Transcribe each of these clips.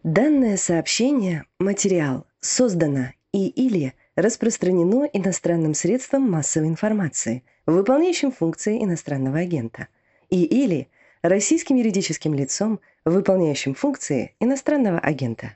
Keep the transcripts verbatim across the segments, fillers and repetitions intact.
Данное сообщение, материал, создано и или распространено иностранным средством массовой информации, выполняющим функции иностранного агента, и или российским юридическим лицом, выполняющим функции иностранного агента.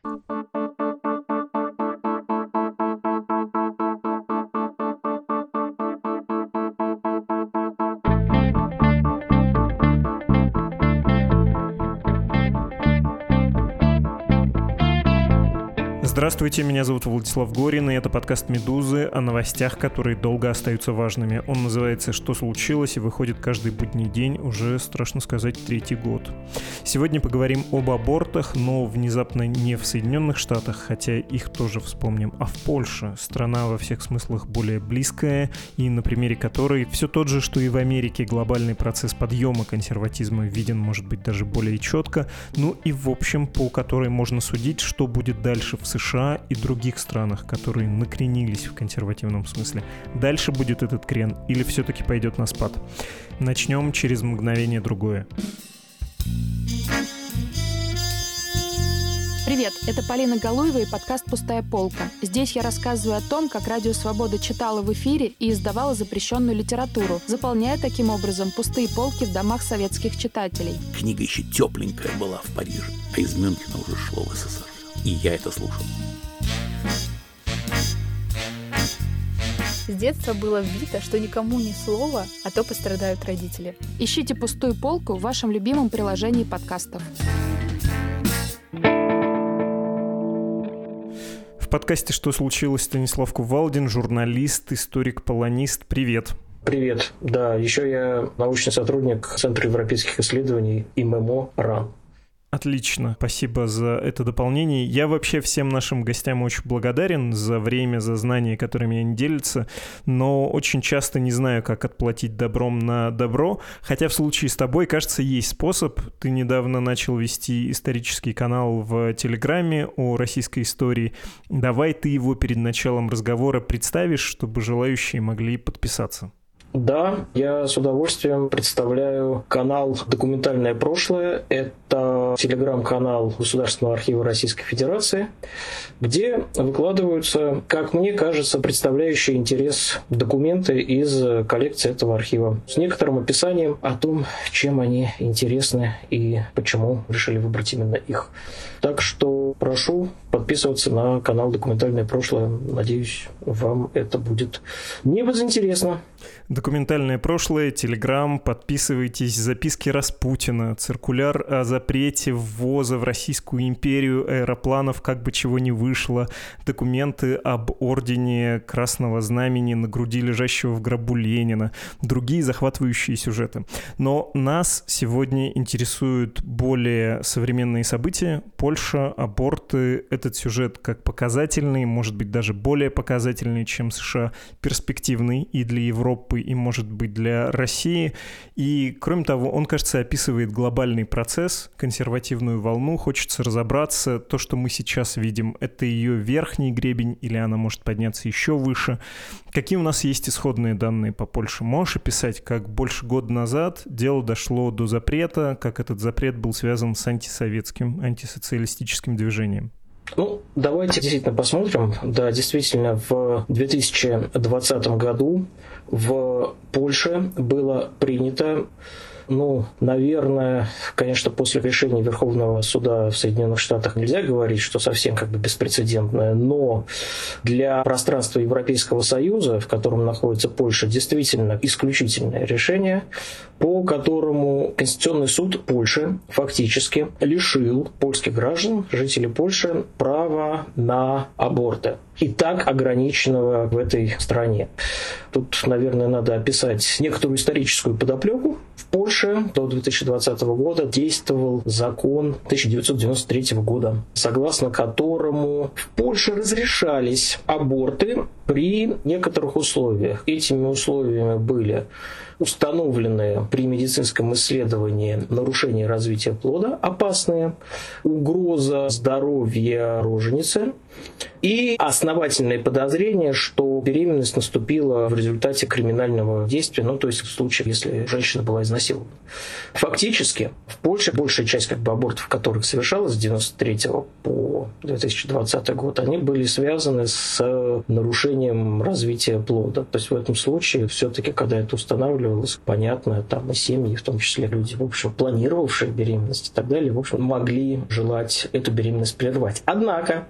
Здравствуйте, меня зовут Владислав Горин, и это подкаст «Медузы» о новостях, которые долго остаются важными. Он называется «Что случилось?» и выходит каждый будний день, уже, страшно сказать, третий год. Сегодня поговорим об абортах, но внезапно не в Соединенных Штатах, хотя их тоже вспомним, а в Польше. Страна во всех смыслах более близкая, и на примере которой все тот же, что и в Америке, глобальный процесс подъема консерватизма виден, может быть, даже более четко, ну и, в общем, по которой можно судить, что будет дальше в США и других странах, которые накренились в консервативном смысле. Дальше будет этот крен или все-таки пойдет на спад? Начнем через мгновение другое. Привет, это Полина Галуева и подкаст «Пустая полка». Здесь я рассказываю о том, как Радио Свобода читала в эфире и издавала запрещенную литературу, заполняя таким образом пустые полки в домах советских читателей. Книга еще тепленькая была в Париже, а из Мюнхена уже шло в СССР. И я это слушал. С детства было вбито, что никому ни слова, а то пострадают родители. Ищите «Пустую полку» в вашем любимом приложении подкастов. В подкасте «Что случилось?» Станислав Кувалдин, журналист, историк-полонист. Привет. Привет. Да, еще я научный сотрудник Центра европейских исследований ИМЭМО РАН. Отлично, спасибо за это дополнение. Я вообще всем нашим гостям очень благодарен за время, за знания, которыми они делятся, но очень часто не знаю, как отплатить добром на добро, хотя в случае с тобой, кажется, есть способ. Ты недавно начал вести исторический канал в Телеграме о российской истории. Давай ты его перед началом разговора представишь, чтобы желающие могли подписаться. Да, я с удовольствием представляю канал «Документальное прошлое». Это телеграм-канал Государственного архива Российской Федерации, где выкладываются, как мне кажется, представляющие интерес документы из коллекции этого архива с некоторым описанием о том, чем они интересны и почему решили выбрать именно их. Так что прошу подписываться на канал «Документальное прошлое». Надеюсь, вам это будет не безинтересно. Документальное прошлое, Телеграм, подписывайтесь, записки Распутина, циркуляр о запрете ввоза в Российскую империю аэропланов, как бы чего ни вышло, документы об ордене Красного Знамени на груди лежащего в гробу Ленина, другие захватывающие сюжеты. Но нас сегодня интересуют более современные события. Польша, аборты, этот сюжет как показательный, может быть даже более показательный, чем США, перспективный и для Европы, и, может быть, для России. И, кроме того, он, кажется, описывает глобальный процесс, консервативную волну. Хочется разобраться, то, что мы сейчас видим, это ее верхний гребень или она может подняться еще выше. Какие у нас есть исходные данные по Польше? Можешь описать, как больше года назад дело дошло до запрета, как этот запрет был связан с антисоветским, антисоциалистическим движением? Ну, давайте действительно посмотрим. Да, действительно, в две тысячи двадцатом году в Польше было принято, ну, наверное, конечно, после решения Верховного суда в Соединенных Штатах нельзя говорить, что совсем как бы беспрецедентное, но для пространства Европейского Союза, в котором находится Польша, действительно исключительное решение, по которому Конституционный суд Польши фактически лишил польских граждан, жителей Польши, права на аборты, и так ограниченного в этой стране. Тут, наверное, надо описать некоторую историческую подоплеку. В Польше до две тысячи двадцатого года действовал закон тысяча девятьсот девяносто третьего года, согласно которому в Польше разрешались аборты при некоторых условиях. Этими условиями были установленные при медицинском исследовании нарушения развития плода опасные, угроза здоровья роженицы и основательное подозрение, что беременность наступила в результате криминального действия, ну то есть в случае, если женщина была изнасилована изнасилованы. Фактически в Польше большая часть как бы, абортов, которых совершалась с девяносто третьего по две тысячи двадцатый год, они были связаны с нарушением развития плода. То есть в этом случае все-таки, когда это устанавливалось, понятно, там и семьи, в том числе люди, в общем, планировавшие беременность и так далее, в общем, могли желать эту беременность прервать. Однако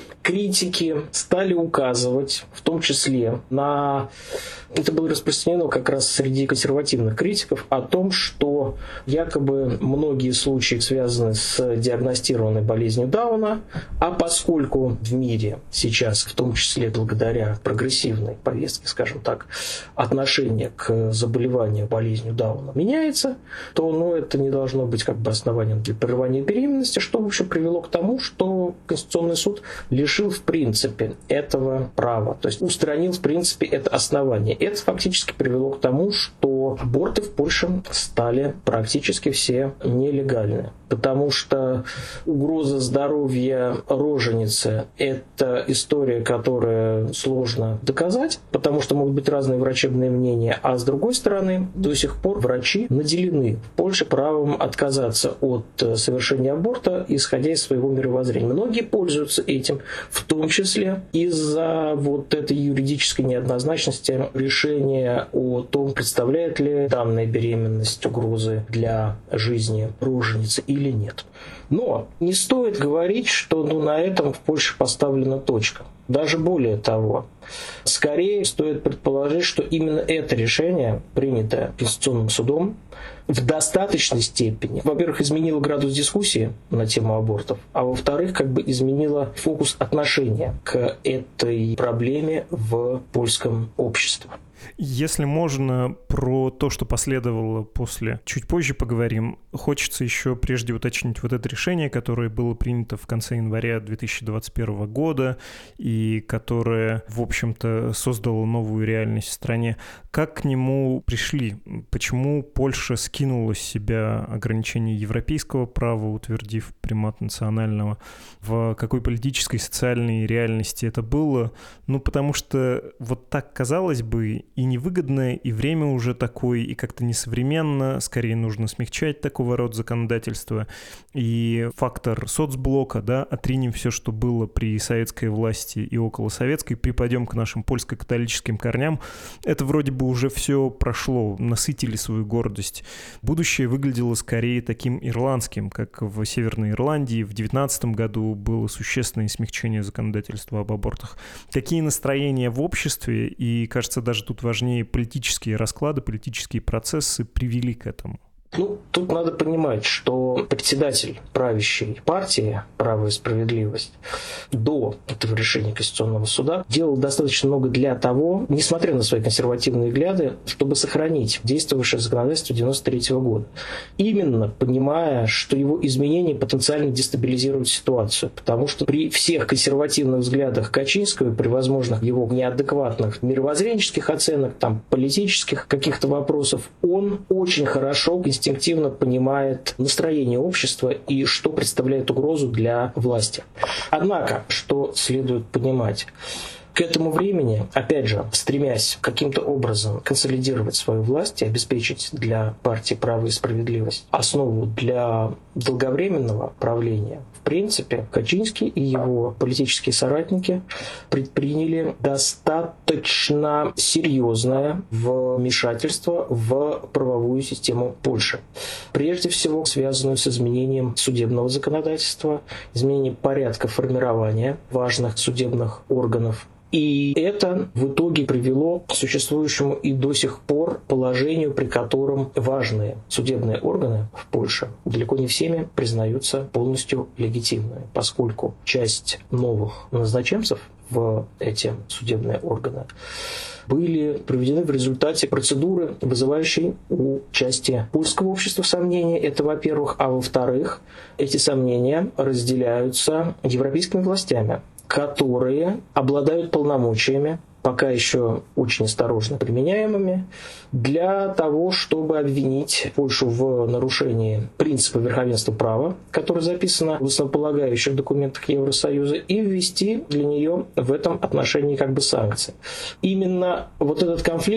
критики стали указывать, в том числе на... Это было распространено как раз среди консервативных критиков, о том, что якобы многие случаи связаны с диагностированной болезнью Дауна, а поскольку в мире сейчас, в том числе благодаря прогрессивной повестке, скажем так, отношение к заболеванию болезнью Дауна меняется, то ну, это не должно быть как бы основанием для прерывания беременности, что в общем привело к тому, что Конституционный суд лишил в принципе этого права, то есть устранил в принципе это основание. Это фактически привело к тому, что аборты в Польше стали практически все нелегальны. Потому что угроза здоровья роженицы – это история, которую сложно доказать, потому что могут быть разные врачебные мнения. А с другой стороны, до сих пор врачи наделены в Польше правом отказаться от совершения аборта, исходя из своего мировоззрения. Многие пользуются этим, в том числе из-за вот этой юридической неоднозначности решения о том, представляет ли данная беременность угрозы для жизни роженицы или нет. Но не стоит говорить, что ну, на этом в Польше поставлена точка. Даже более того, скорее стоит предположить, что именно это решение, принятое Конституционным судом, в достаточной степени, во-первых, изменило градус дискуссии на тему абортов, а во-вторых, как бы изменило фокус отношения к этой проблеме в польском обществе. Если можно, про то, что последовало после, чуть позже поговорим. Хочется еще прежде уточнить вот это решение, которое было принято в конце января две тысячи двадцать первого года и которое, в общем-то, создало новую реальность в стране. Как к нему пришли? Почему Польша скинула с себя ограничения европейского права, утвердив примат национального? В какой политической и социальной реальности это было? Ну, потому что вот так, казалось бы, и невыгодно, и время уже такое, и как-то несовременно, скорее нужно смягчать такого рода законодательство. И фактор соцблока, да, отринем все, что было при советской власти и около советской, припадем к нашим польско-католическим корням. Это вроде бы уже все прошло, насытили свою гордость. Будущее выглядело скорее таким ирландским, как в Северной Ирландии в девятнадцатом году было существенное смягчение законодательства об абортах. Какие настроения в обществе, и, кажется, даже тут важнее политические расклады, политические процессы привели к этому? Ну, тут надо понимать, что председатель правящей партии «Право и справедливость» до этого решения Конституционного суда делал достаточно много для того, несмотря на свои консервативные взгляды, чтобы сохранить действовавшее законодательство девяносто третьего года. Именно понимая, что его изменения потенциально дестабилизируют ситуацию, потому что при всех консервативных взглядах Качинского, при возможных его неадекватных мировоззренческих оценок, там, политических каких-то вопросов, он очень хорошо инстинктивно понимает настроение общества и что представляет угрозу для власти. Однако, что следует понимать, к этому времени, опять же, стремясь каким-то образом консолидировать свою власть и обеспечить для партии «Право и справедливость» основу для долговременного правления, в принципе, Качинский и его политические соратники предприняли достаточно серьезное вмешательство в правовую систему Польши. Прежде всего, связанную с изменением судебного законодательства, изменением порядка формирования важных судебных органов. И это в итоге привело к существующему и до сих пор положению, при котором важные судебные органы в Польше далеко не всеми признаются полностью легитимными, поскольку часть новых назначенцев в эти судебные органы были проведены в результате процедуры, вызывающей у части польского общества сомнения. Это, во-первых. А во-вторых, эти сомнения разделяются европейскими властями, которые обладают полномочиями, пока еще очень осторожно применяемыми, для того, чтобы обвинить Польшу в нарушении принципа верховенства права, которое записано в основополагающих документах Евросоюза, и ввести для нее в этом отношении как бы санкции. Именно вот этот конфликт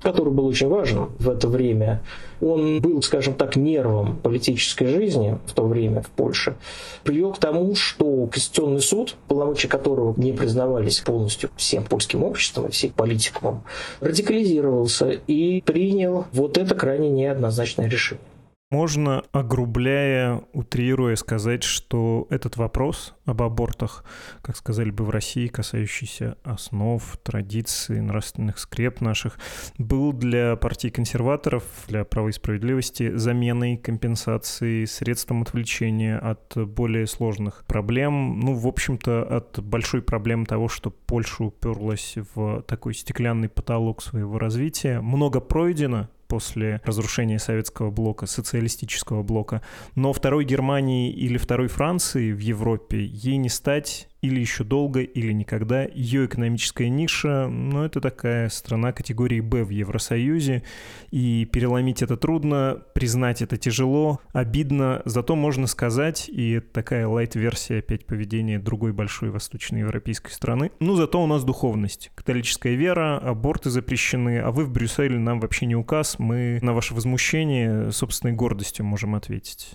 который был очень важен в это время, он был, скажем так, нервом политической жизни в то время в Польше, привел к тому, что Конституционный суд, полномочия которого не признавались полностью всем польским обществом и всем политикумом, радикализировался и принял вот это крайне неоднозначное решение. Можно, огрубляя, утрируя, сказать, что этот вопрос об абортах, как сказали бы в России, касающийся основ, традиций, нравственных скреп наших, был для партии консерваторов, для права и справедливости заменой, компенсацией, средством отвлечения от более сложных проблем. Ну, в общем-то, от большой проблемы того, что Польша уперлась в такой стеклянный потолок своего развития. Много пройдено после разрушения советского блока, социалистического блока. Но второй Германии или второй Франции в Европе ей не стать или еще долго, или никогда. Ее экономическая ниша, ну, это такая страна категории Б в Евросоюзе, и переломить это трудно, признать это тяжело, обидно, зато можно сказать, и это такая лайт-версия опять поведения другой большой восточноевропейской страны, ну, зато у нас духовность, католическая вера, аборты запрещены, а вы в Брюсселе нам вообще не указ, мы на ваше возмущение собственной гордостью можем ответить.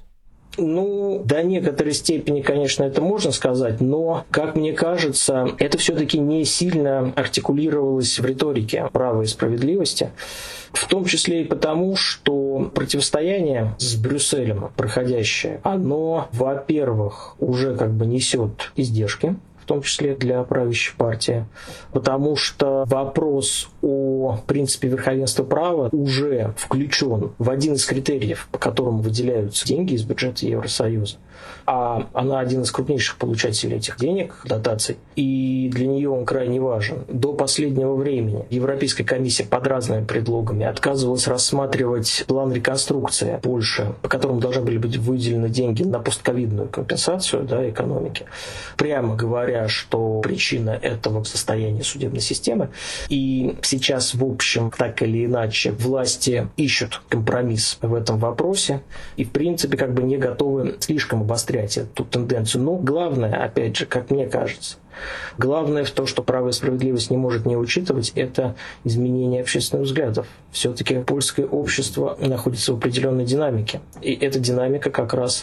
Ну, до некоторой степени, конечно, это можно сказать, но, как мне кажется, это все-таки не сильно артикулировалось в риторике права и справедливости, в том числе и потому, что противостояние с Брюсселем проходящее, оно, во-первых, уже как бы несет издержки, в том числе для правящей партии, потому что вопрос о принципе верховенства права уже включен в один из критериев, по которому выделяются деньги из бюджета Евросоюза. А она один из крупнейших получателей этих денег, дотаций, и для нее он крайне важен. До последнего времени Европейская комиссия под разными предлогами отказывалась рассматривать план реконструкции Польши, по которому должны были быть выделены деньги на постковидную компенсацию, да, экономики, прямо говоря, что причина этого состояния судебной системы. И сейчас, в общем, так или иначе, власти ищут компромисс в этом вопросе и, в принципе, как бы не готовы слишком обострять эту тенденцию. Но главное, опять же, как мне кажется, главное в том, что право и справедливость не может не учитывать, это изменение общественных взглядов. Все-таки польское общество находится в определенной динамике. И эта динамика как раз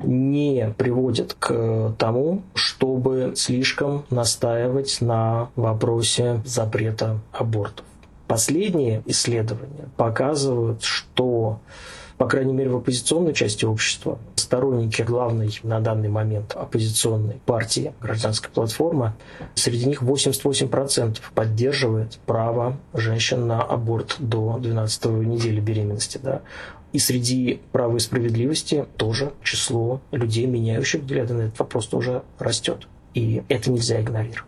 не приводит к тому, чтобы слишком настаивать на вопросе запрета абортов. Последние исследования показывают, что, по крайней мере, в оппозиционной части общества, сторонники главной на данный момент оппозиционной партии «Гражданская платформа», среди них восемьдесят восемь процентов поддерживает право женщин на аборт до двенадцатой недели беременности. Да. И среди права и справедливости тоже число людей, меняющих взгляды на этот вопрос, тоже растет. И это нельзя игнорировать.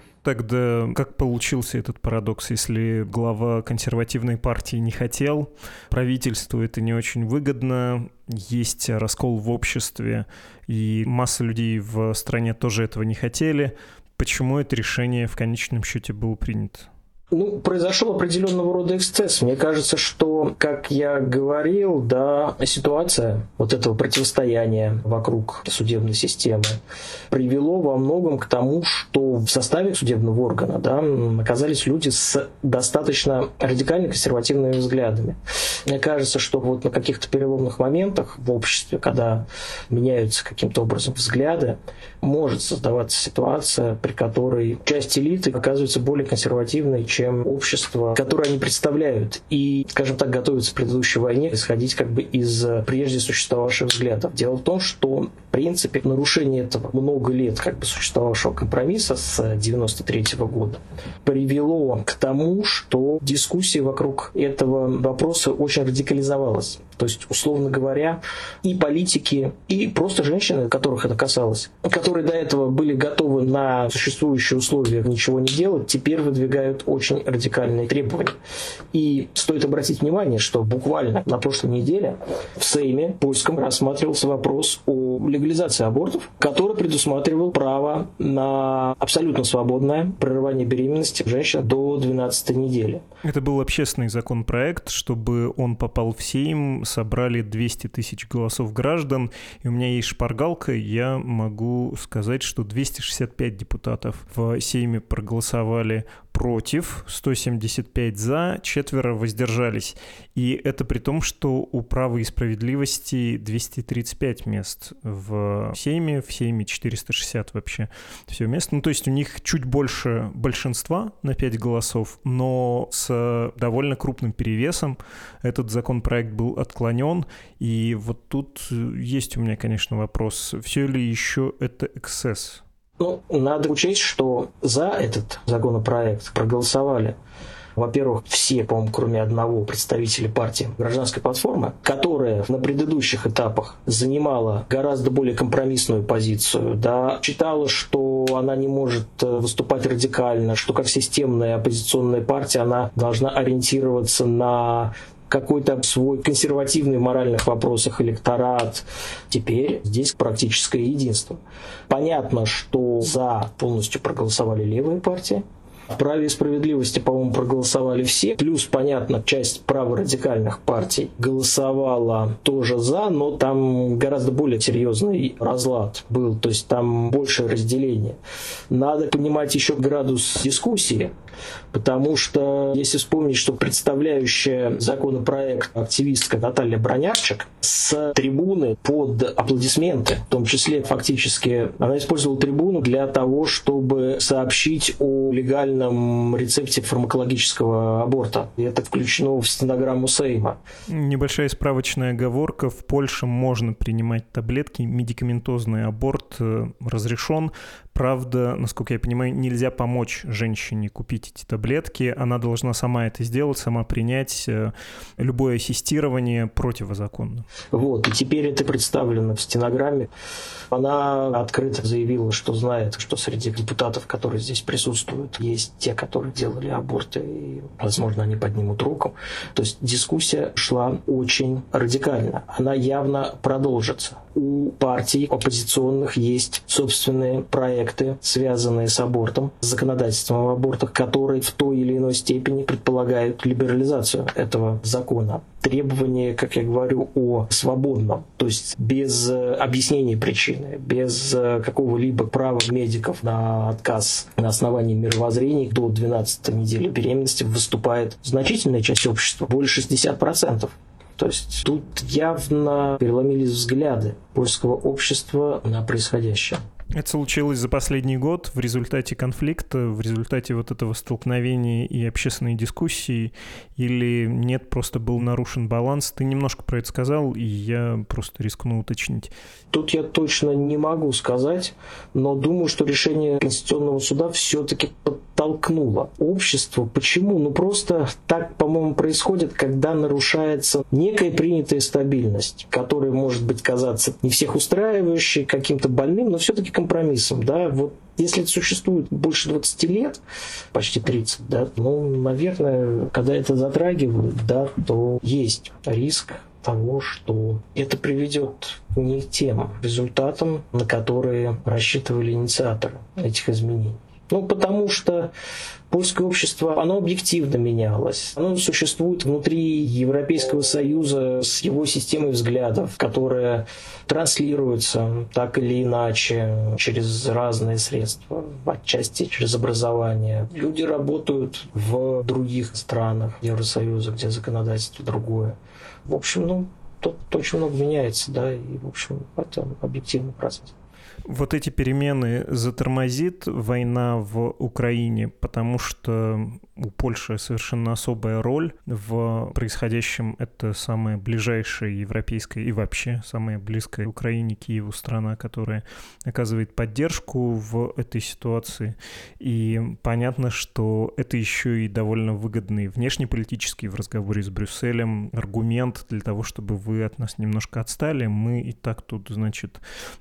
Тогда как получился этот парадокс, если глава консервативной партии не хотел, правительству это не очень выгодно, есть раскол в обществе, и масса людей в стране тоже этого не хотели, почему это решение в конечном счете было принято? Ну, произошел определенного рода эксцесс. Мне кажется, что, как я говорил, да, ситуация вот этого противостояния вокруг судебной системы привело во многом к тому, что в составе судебного органа, да, оказались люди с достаточно радикально консервативными взглядами. Мне кажется, что вот на каких-то переломных моментах в обществе, когда меняются каким-то образом взгляды, может создаваться ситуация, при которой часть элиты оказывается более консервативной, чем общество, которое они представляют, и, скажем так, готовятся к предыдущей войне, исходить как бы из прежде существовавших взглядов. Дело в том, что, в принципе, нарушение этого много лет как бы существовавшего компромисса с девяносто третьего года привело к тому, что дискуссия вокруг этого вопроса очень радикализовалась. То есть, условно говоря, и политики, и просто женщины, которых это касалось, которые до этого были готовы на существующие условия ничего не делать, теперь выдвигают очень радикальные требования. И стоит обратить внимание, что буквально на прошлой неделе в Сейме польском рассматривался вопрос о легализации абортов, который предусматривал право на абсолютно свободное прерывание беременности женщин до двенадцатой недели. Это был общественный законопроект, чтобы он попал в Сейм, собрали двести тысяч голосов граждан, и у меня есть шпаргалка, я могу сказать, что двести шестьдесят пять депутатов в Сейме проголосовали против, сто семьдесят пять за, четверо воздержались. И это при том, что у «Права и справедливости» двести тридцать пять мест в Сейме, в Сейме четыреста шестьдесят вообще все мест. Ну, то есть у них чуть больше большинства на пять голосов, но с довольно крупным перевесом этот законопроект был отклонен. И вот тут есть у меня, конечно, вопрос, все ли еще это эксцесс? Ну, надо учесть, что за этот законопроект проголосовали, во-первых, все, по-моему, кроме одного представителя партии «Гражданской платформы», которая на предыдущих этапах занимала гораздо более компромиссную позицию, да, считала, что она не может выступать радикально, что как системная оппозиционная партия она должна ориентироваться на какой-то свой консервативный в моральных вопросах электорат. Теперь здесь практическое единство. Понятно, что за полностью проголосовали левые партии. В «Праве и справедливости», по-моему, проголосовали все. Плюс, понятно, часть праворадикальных партий голосовала тоже за, но там гораздо более серьезный разлад был, то есть там большее разделение. Надо понимать еще градус дискуссии, потому что, если вспомнить, что представляющая законопроект активистка Наталья Бронярчик с трибуны под аплодисменты, в том числе фактически она использовала трибуну для того, чтобы сообщить о легальном рецепте фармакологического аборта. И это включено в стенограмму Сейма. Небольшая справочная оговорка. В Польше можно принимать таблетки. Медикаментозный аборт разрешен. Правда, насколько я понимаю, нельзя помочь женщине купить эти таблетки. Она должна сама это сделать, сама принять. Любое ассистирование противозаконно. Вот. И теперь это представлено в стенограмме. Она открыто заявила, что знает, что среди депутатов, которые здесь присутствуют, есть те, которые делали аборты, и, возможно, они поднимут руку. То есть дискуссия шла очень радикально. Она явно продолжится. У партий оппозиционных есть собственные проекты, связанные с абортом, с законодательством об абортах, которые в той или иной степени предполагают либерализацию этого закона. Требования, как я говорю, о свободном, то есть без объяснения причины, без какого-либо права медиков на отказ на основании мировоззрения до двенадцатой недели беременности выступает значительная часть общества, более шестьдесят процентов. То есть тут явно переломились взгляды польского общества на происходящее. Это случилось за последний год в результате конфликта, в результате вот этого столкновения и общественной дискуссии, или нет, просто был нарушен баланс? Ты немножко про это сказал, и я просто рискну уточнить. Тут я точно не могу сказать, но думаю, что решение Конституционного суда все-таки подтолкнуло общество. Почему? Ну просто так, по-моему, происходит, когда нарушается некая принятая стабильность, которая может быть казаться не всех устраивающей, каким-то больным, но все-таки компромиссом. Да? Вот если это существует больше двадцати лет, почти тридцать, да, ну, наверное, когда это затрагивают, да, то есть риск того, что это приведет не к тем результатам, на которые рассчитывали инициаторы этих изменений. Ну, потому что польское общество, оно объективно менялось. Оно существует внутри Европейского Союза с его системой взглядов, которая транслируется так или иначе через разные средства, отчасти через образование. Люди работают в других странах Евросоюза, где законодательство другое. В общем, ну, тут очень много меняется, да, и, в общем, это объективный процесс. Вот эти перемены затормозит война в Украине, потому что у Польши совершенно особая роль в происходящем. Это самая ближайшая европейская и вообще самая близкая Украине, Киеву страна, которая оказывает поддержку в этой ситуации. И понятно, что это еще и довольно выгодный внешнеполитический в разговоре с Брюсселем аргумент для того, чтобы вы от нас немножко отстали. Мы и так тут, значит,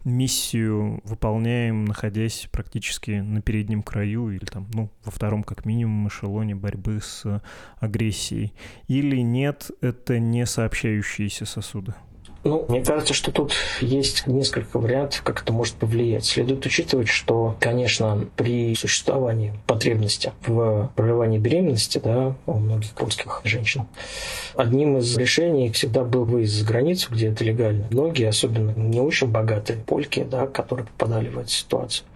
миссию выполняем, находясь практически на переднем краю или там, ну, во втором как минимум эшелоне борьбы с агрессией. Или нет, это не сообщающиеся сосуды? Ну, мне кажется, что тут есть несколько вариантов, как это может повлиять. Следует учитывать, что, конечно, при существовании потребности в прерывании беременности, да, у многих польских женщин, одним из решений всегда был выезд за границу, где это легально. Многие, особенно не очень богатые польки, да, которые попадали в эту ситуацию,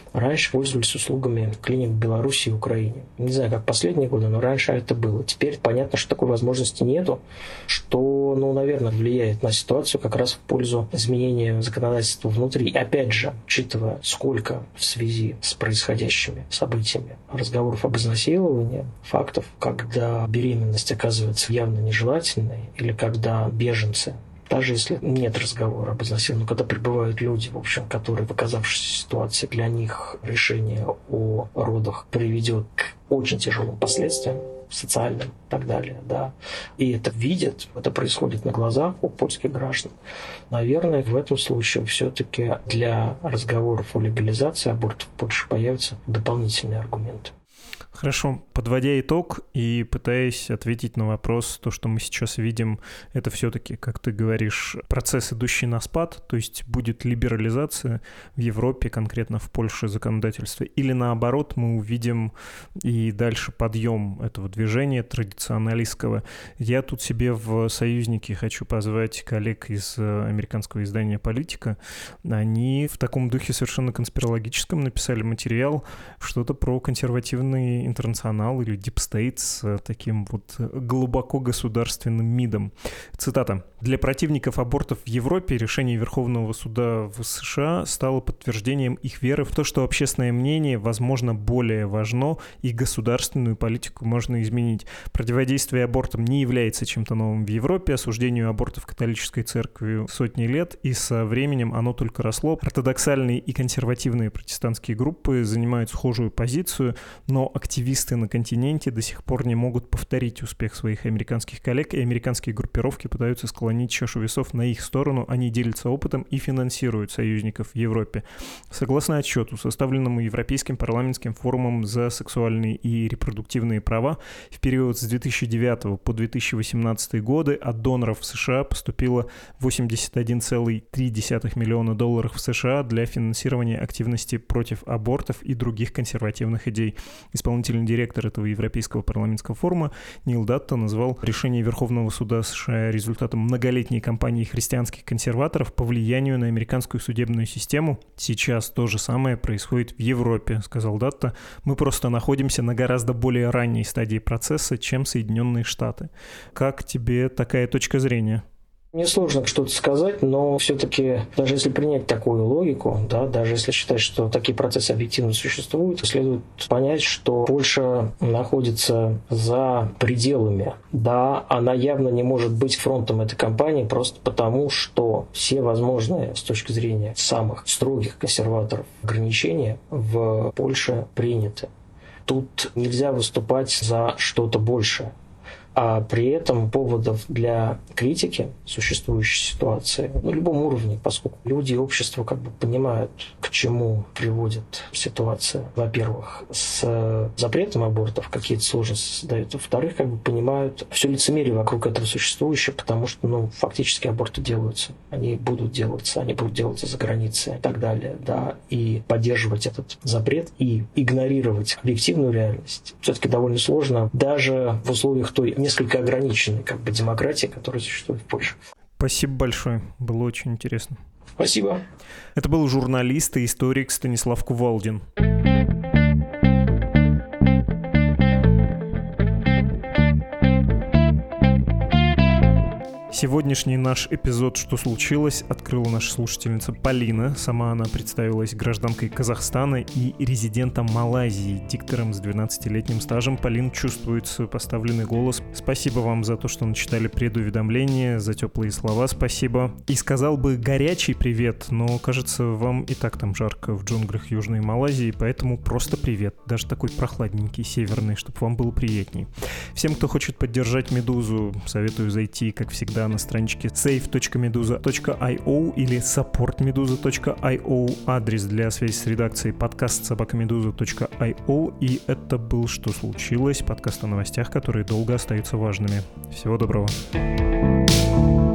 раньше пользовались услугами клиник в Беларуси и Украине. Не знаю, как последние годы, но раньше это было. Теперь понятно, что такой возможности нету, что, ну, наверное, влияет на ситуацию как раз в пользу изменения законодательства внутри. И опять же, учитывая, сколько в связи с происходящими событиями разговоров об изнасиловании, фактов, когда беременность оказывается явно нежелательной, или когда беженцы, даже если нет разговора об изнасиловании, но когда прибывают люди, в общем, которые в оказавшейся ситуации, для них решение о родах приведет к очень тяжелым последствиям, социальным и так далее, да, и это видят, это происходит на глазах у польских граждан. Наверное, в этом случае все-таки для разговоров о легализации абортов в Польше появятся дополнительные аргументы. Хорошо. Подводя итог и пытаясь ответить на вопрос, то, что мы сейчас видим, это все-таки, как ты говоришь, процесс, идущий на спад, то есть будет либерализация в Европе, конкретно в Польше законодательства, или наоборот, мы увидим и дальше подъем этого движения традиционалистского. Я тут себе в союзники хочу позвать коллег из американского издания «Политика». Они в таком духе совершенно конспирологическом написали материал, что-то про консервативный интернационал или Deep State с таким вот глубоко государственным МИДом. Цитата. «Для противников абортов в Европе решение Верховного суда в США стало подтверждением их веры в то, что общественное мнение, возможно, более важно, и государственную политику можно изменить. Противодействие абортам не является чем-то новым в Европе, осуждению абортов католической церковью сотни лет, и со временем оно только росло. Ортодоксальные и консервативные протестантские группы занимают схожую позицию, но активисты на континенте до сих пор не могут повторить успех своих американских коллег, и американские группировки пытаются склонить чашу весов на их сторону, они делятся опытом и финансируют союзников в Европе. Согласно отчету, составленному Европейским парламентским форумом за сексуальные и репродуктивные права, в период с две тысячи девятого по две тысячи восемнадцатый годы от доноров в США поступило восемьдесят один целых три десятых миллиона долларов в США для финансирования активности против абортов и других консервативных идей. Исполнительный директор этого Европейского парламентского форума Нил Датта назвал решение Верховного суда США результатом многолетней кампании христианских консерваторов по влиянию на американскую судебную систему. Сейчас то же самое происходит в Европе, сказал Датта. Мы просто находимся на гораздо более ранней стадии процесса, чем Соединенные Штаты. Как тебе такая точка зрения? Мне сложно что-то сказать, но все-таки, даже если принять такую логику, да, даже если считать, что такие процессы объективно существуют, следует понять, что Польша находится за пределами. Да, она явно не может быть фронтом этой кампании просто потому, что все возможные с точки зрения самых строгих консерваторов ограничения в Польше приняты. Тут нельзя выступать за что-то большее. А при этом поводов для критики существующей ситуации на любом уровне, поскольку люди и общество как бы понимают, к чему приводит ситуация, во-первых, с запретом абортов, какие-то сложности создают, во-вторых, как бы понимают все лицемерие вокруг этого существующего, потому что, ну, фактически аборты делаются, они будут делаться, они будут делаться за границей и так далее, да, и поддерживать этот запрет и игнорировать объективную реальность все-таки довольно сложно, даже в условиях той несколько ограниченной как бы демократии, которая существует в Польше. Спасибо большое, было очень интересно. Спасибо. Это был журналист и историк Станислав Кувалдин. Сегодняшний наш эпизод «Что случилось?» открыла наша слушательница Полина. Сама она представилась гражданкой Казахстана и резидентом Малайзии, диктором с двенадцатилетним стажем. Полин, чувствует свой поставленный голос. Спасибо вам за то, что начитали предуведомление, за теплые слова спасибо. И сказал бы горячий привет, но, кажется, вам и так там жарко в джунглях Южной Малайзии, поэтому просто привет. Даже такой прохладненький, северный, чтобы вам было приятней. Всем, кто хочет поддержать «Медузу», советую зайти, как всегда, на страничке сейв точка медуза точка ай о или саппорт медуза точка ай о, адрес для связи с редакцией подкаст собака медуза точка ай о. И это был «Что случилось?» подкаст о новостях, которые долго остаются важными. Всего доброго.